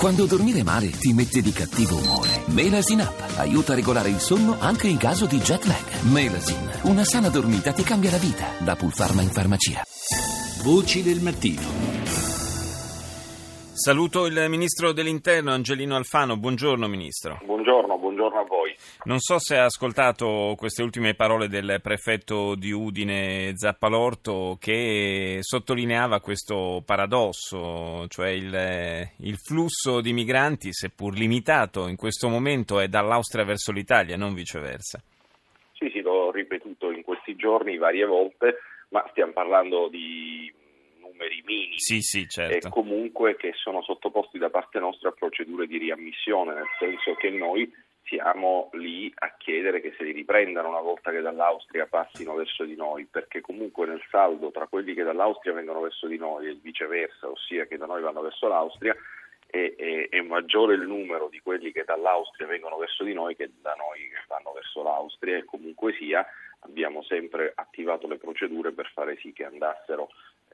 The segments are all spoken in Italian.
Quando dormire male ti mette di cattivo umore. Melasin Up aiuta a regolare il sonno anche in caso di jet lag. Melasin, una sana dormita ti cambia la vita. Da Pulpharma in farmacia. Voci del mattino. Saluto il Ministro dell'Interno Angelino Alfano. Buongiorno Ministro. Buongiorno a voi. Non so se ha ascoltato queste ultime parole del prefetto di Udine Zappalorto, che sottolineava questo paradosso, cioè il flusso di migranti, seppur limitato in questo momento, è dall'Austria verso l'Italia, non viceversa. Sì, l'ho ripetuto in questi giorni varie volte, ma stiamo parlando di numeri minimi. Sì, certo. E comunque che sono sottoposti da parte nostra a procedure di riammissione, nel senso che noi siamo lì a chiedere che se li riprendano una volta che dall'Austria passino verso di noi, perché comunque nel saldo tra quelli che dall'Austria vengono verso di noi e viceversa, ossia che da noi vanno verso l'Austria, è maggiore il numero di quelli che dall'Austria vengono verso di noi che da noi che vanno verso l'Austria, e comunque sia abbiamo sempre attivato le procedure per fare sì che andassero,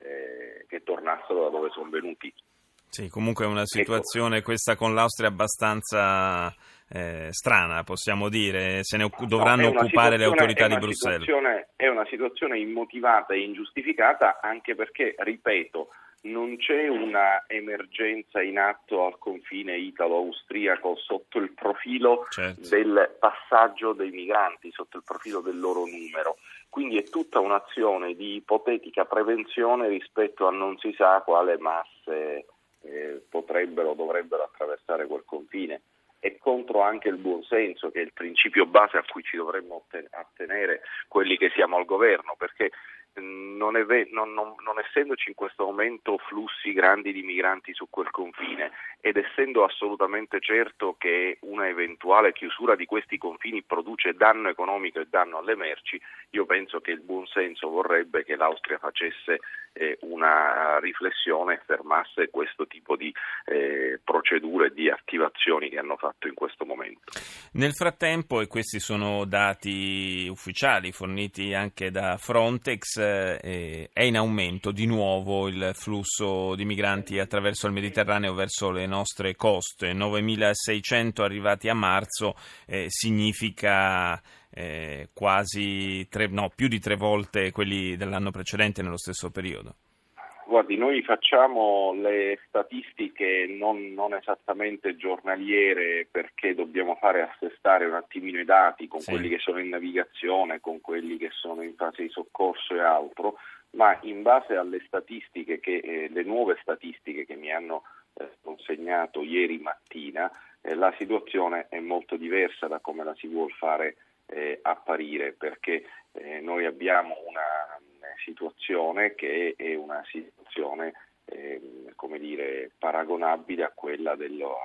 che tornassero da dove sono venuti. Sì, comunque è una situazione questa con l'Austria abbastanza strana, possiamo dire, se ne dovranno occupare le autorità di Bruxelles. È una situazione immotivata e ingiustificata, anche perché, ripeto, non c'è una emergenza in atto al confine italo-austriaco sotto il profilo del passaggio dei migranti, sotto il profilo del loro numero. Quindi è tutta un'azione di ipotetica prevenzione rispetto a non si sa quale masse potrebbero o dovrebbero attraversare quel confine. È contro anche il buonsenso, che è il principio base a cui ci dovremmo attenere quelli che siamo al governo, perché non essendoci in questo momento flussi grandi di migranti su quel confine, ed essendo assolutamente certo che una eventuale chiusura di questi confini produce danno economico e danno alle merci, io penso che il buonsenso vorrebbe che l'Austria facesse una riflessione e fermasse questo tipo di procedure, di attivazioni che hanno fatto in questo momento. Nel frattempo, e questi sono dati ufficiali forniti anche da Frontex, è in aumento di nuovo il flusso di migranti attraverso il Mediterraneo verso le nostre coste. 9.600 arrivati a marzo significa più di 3 volte quelli dell'anno precedente nello stesso periodo. Guardi, noi facciamo le statistiche non esattamente giornaliere, perché dobbiamo fare assestare un attimino i dati con quelli che sono in navigazione, con quelli che sono in fase di soccorso e altro, ma in base alle statistiche le nuove statistiche che mi hanno consegnato ieri mattina, la situazione è molto diversa da come la si vuol fare apparire, perché noi abbiamo una situazione che è una situazione paragonabile a quella dello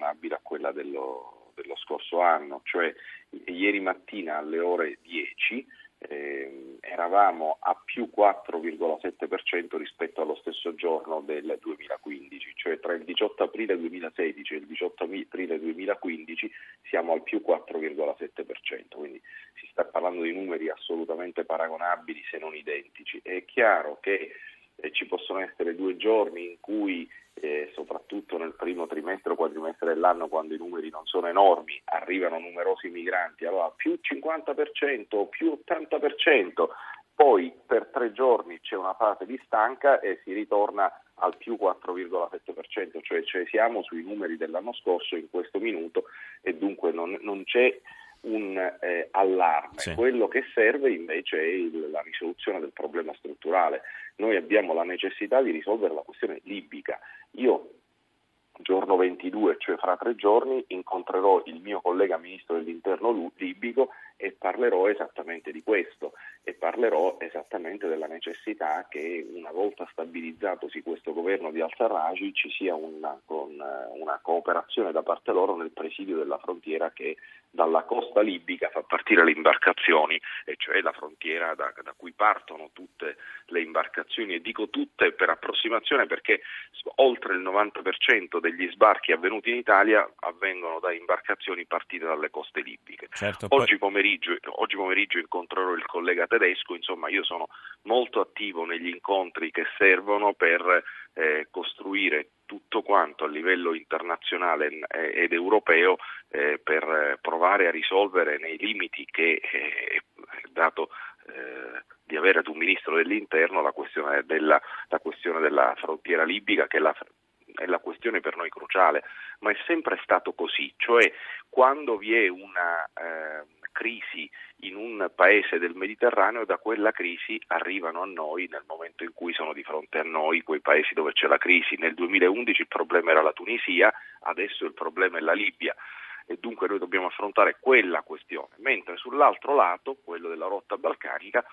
scorso anno, cioè ieri mattina alle ore 10 eravamo a più 4,7% rispetto allo stesso giorno del 2015, cioè tra il 18 aprile 2016 e il 18 aprile 2015 siamo al più 4,7%, quindi si sta parlando di numeri assolutamente paragonabili, se non identici. È chiaro che ci possono essere 2 giorni in cui, soprattutto nel primo trimestre o quadrimestre dell'anno, quando i numeri non sono enormi, arrivano numerosi migranti, allora più 50%, più 80%, poi per 3 giorni c'è una fase di stanca e si ritorna al più 4,7%, cioè siamo sui numeri dell'anno scorso in questo minuto, e dunque non c'è un allarme. Sì. Quello che serve invece è la risoluzione del problema strutturale. Noi abbiamo la necessità di risolvere la questione libica. Io giorno 22, cioè fra 3 giorni, incontrerò il mio collega ministro dell'Interno libico e parlerò esattamente di questo, e parlerò esattamente della necessità che, una volta stabilizzatosi questo governo di al-Sarraj, ci sia una cooperazione da parte loro nel presidio della frontiera che dalla costa libica fa partire le imbarcazioni, e cioè la frontiera da cui partono tutte le imbarcazioni, e dico tutte per approssimazione perché oltre il 90% degli sbarchi avvenuti in Italia avvengono da imbarcazioni partite dalle coste libiche. Certo, Oggi pomeriggio incontrerò il collega tedesco, insomma io sono molto attivo negli incontri che servono per costruire tutto quanto a livello internazionale ed europeo per provare a risolvere nei limiti che dato di avere ad un ministro dell'interno la questione della frontiera libica, che è la questione per noi cruciale, ma è sempre stato così, cioè quando vi è una crisi in un paese del Mediterraneo, da quella crisi arrivano a noi nel momento in cui sono di fronte a noi quei paesi dove c'è la crisi. Nel 2011 il problema era la Tunisia, adesso il problema è la Libia e dunque noi dobbiamo affrontare quella questione, mentre sull'altro lato, quello della rotta balcanica,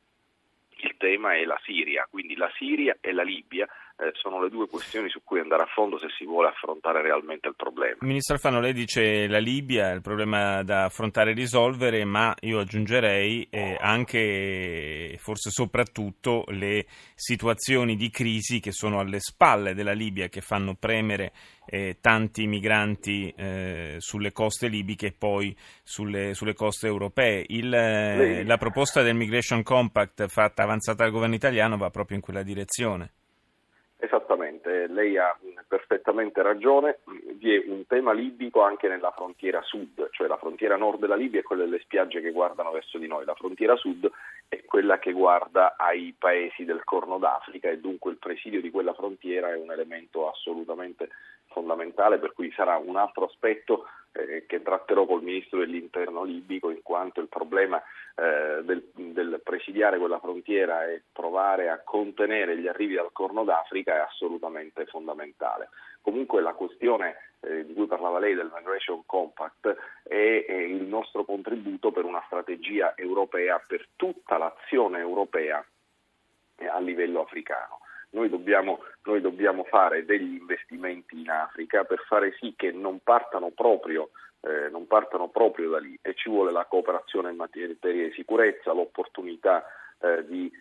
il tema è la Siria, quindi la Siria e la Libia sono le due questioni su cui andare a fondo se si vuole affrontare realmente il problema. Ministro Alfano, lei dice la Libia è il problema da affrontare e risolvere, ma io aggiungerei anche, forse soprattutto, le situazioni di crisi che sono alle spalle della Libia, che fanno premere tanti migranti sulle coste libiche e poi sulle coste europee. La proposta del Migration Compact avanzata dal governo italiano va proprio in quella direzione. Esattamente, lei ha perfettamente ragione, vi è un tema libico anche nella frontiera sud, cioè la frontiera nord della Libia è quella delle spiagge che guardano verso di noi, la frontiera sud è quella che guarda ai paesi del Corno d'Africa e dunque il presidio di quella frontiera è un elemento assolutamente fondamentale, per cui sarà un altro aspetto che tratterò col ministro dell'interno libico, in quanto il problema del presidiare quella frontiera e provare a contenere gli arrivi dal Corno d'Africa è assolutamente fondamentale. Comunque la questione di cui parlava lei del Migration Compact è il nostro contributo per una strategia europea, per tutta l'azione europea a livello africano. Noi dobbiamo fare degli investimenti in Africa per fare sì che non partano proprio da lì, e ci vuole la cooperazione in materia di sicurezza, l'opportunità di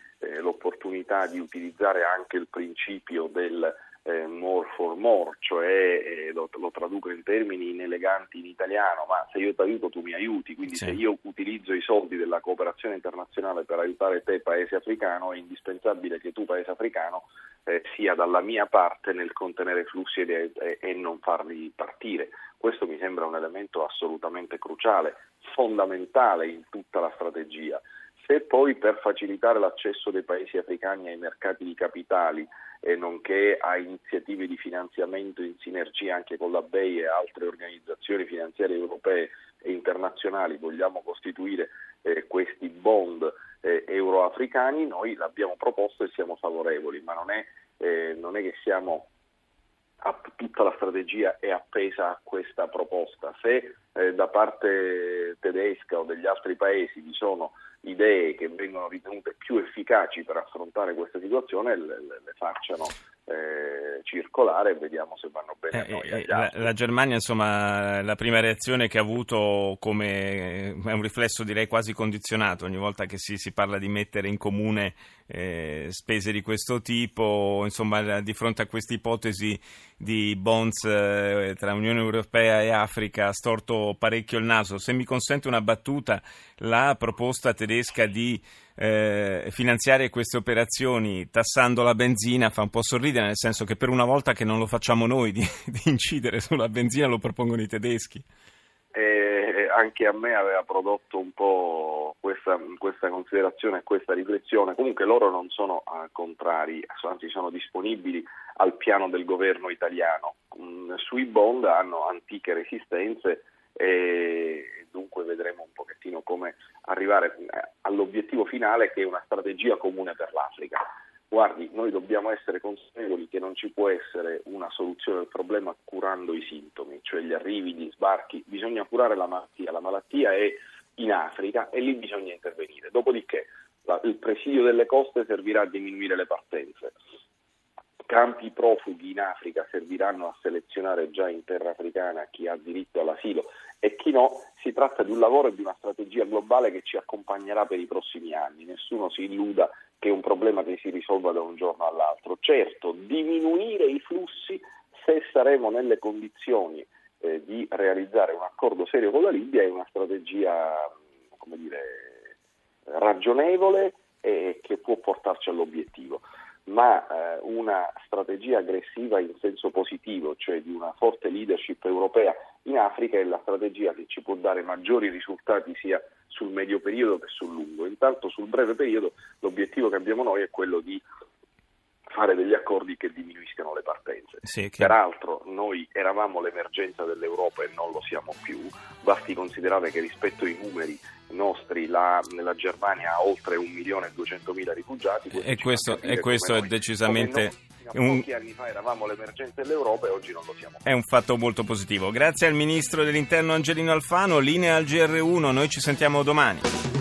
utilizzare anche il principio del more for more, cioè lo traduco in termini ineleganti in italiano, ma se io ti aiuto tu mi aiuti, quindi sì. Se io utilizzo i soldi della cooperazione internazionale per aiutare te paese africano, è indispensabile che tu paese africano sia dalla mia parte nel contenere flussi e non farli partire. Questo mi sembra un elemento assolutamente cruciale, fondamentale in tutta la strategia. Se poi per facilitare l'accesso dei paesi africani ai mercati di capitali e nonché a iniziative di finanziamento in sinergia anche con la BEI e altre organizzazioni finanziarie europee e internazionali vogliamo costituire questi bond euroafricani, noi l'abbiamo proposto e siamo favorevoli, ma non è che siamo tutta la strategia è appesa a questa proposta. Se da parte tedesca o degli altri paesi vi sono idee che vengono ritenute più efficaci per affrontare questa situazione, le facciano circolare e vediamo se vanno bene a noi. La Germania, insomma, la prima reazione che ha avuto come è un riflesso direi quasi condizionato ogni volta che si parla di mettere in comune spese di questo tipo, insomma, di fronte a questa ipotesi di bonds tra Unione Europea e Africa ha storto parecchio il naso. Se mi consente una battuta, la proposta tedesca di finanziare queste operazioni tassando la benzina fa un po' sorridere, nel senso che per una volta che non lo facciamo noi di incidere sulla benzina lo propongono i tedeschi. Anche a me aveva prodotto un po' questa considerazione e questa riflessione. Comunque loro non sono contrari, anzi sono disponibili al piano del governo italiano. Sui bond hanno antiche resistenze e dunque vedremo un pochettino come arrivare all'obiettivo finale, che è una strategia comune per l'Africa. Guardi, noi dobbiamo essere consapevoli che non ci può essere una soluzione del problema curando i sintomi, cioè gli arrivi, gli sbarchi, bisogna curare la malattia è in Africa e lì bisogna intervenire. Dopodiché il presidio delle coste servirà a diminuire le partenze. Campi profughi in Africa serviranno a selezionare già in terra africana chi ha diritto all'asilo e chi no. Si tratta di un lavoro e di una strategia globale che ci accompagnerà per i prossimi anni. Nessuno si illuda che è un problema che si risolva da un giorno all'altro. Certo, diminuire i flussi se saremo nelle condizioni di realizzare un accordo serio con la Libia è una strategia, ragionevole e che può portarci all'obiettivo. ma una strategia aggressiva in senso positivo, cioè di una forte leadership europea in Africa, è la strategia che ci può dare maggiori risultati sia sul medio periodo che sul lungo. Intanto sul breve periodo l'obiettivo che abbiamo noi è quello di fare degli accordi che diminuiscano le partenze. Sì, Peraltro noi eravamo l'emergenza dell'Europa e non lo siamo più, basti considerare che rispetto ai numeri nostri nella Germania ha oltre 1.200.000 rifugiati. E questo è decisamente... Pochi anni fa eravamo l'emergenza dell'Europa e oggi non lo siamo. È un fatto molto positivo. Grazie al Ministro dell'Interno Angelino Alfano, linea al GR1, noi ci sentiamo domani.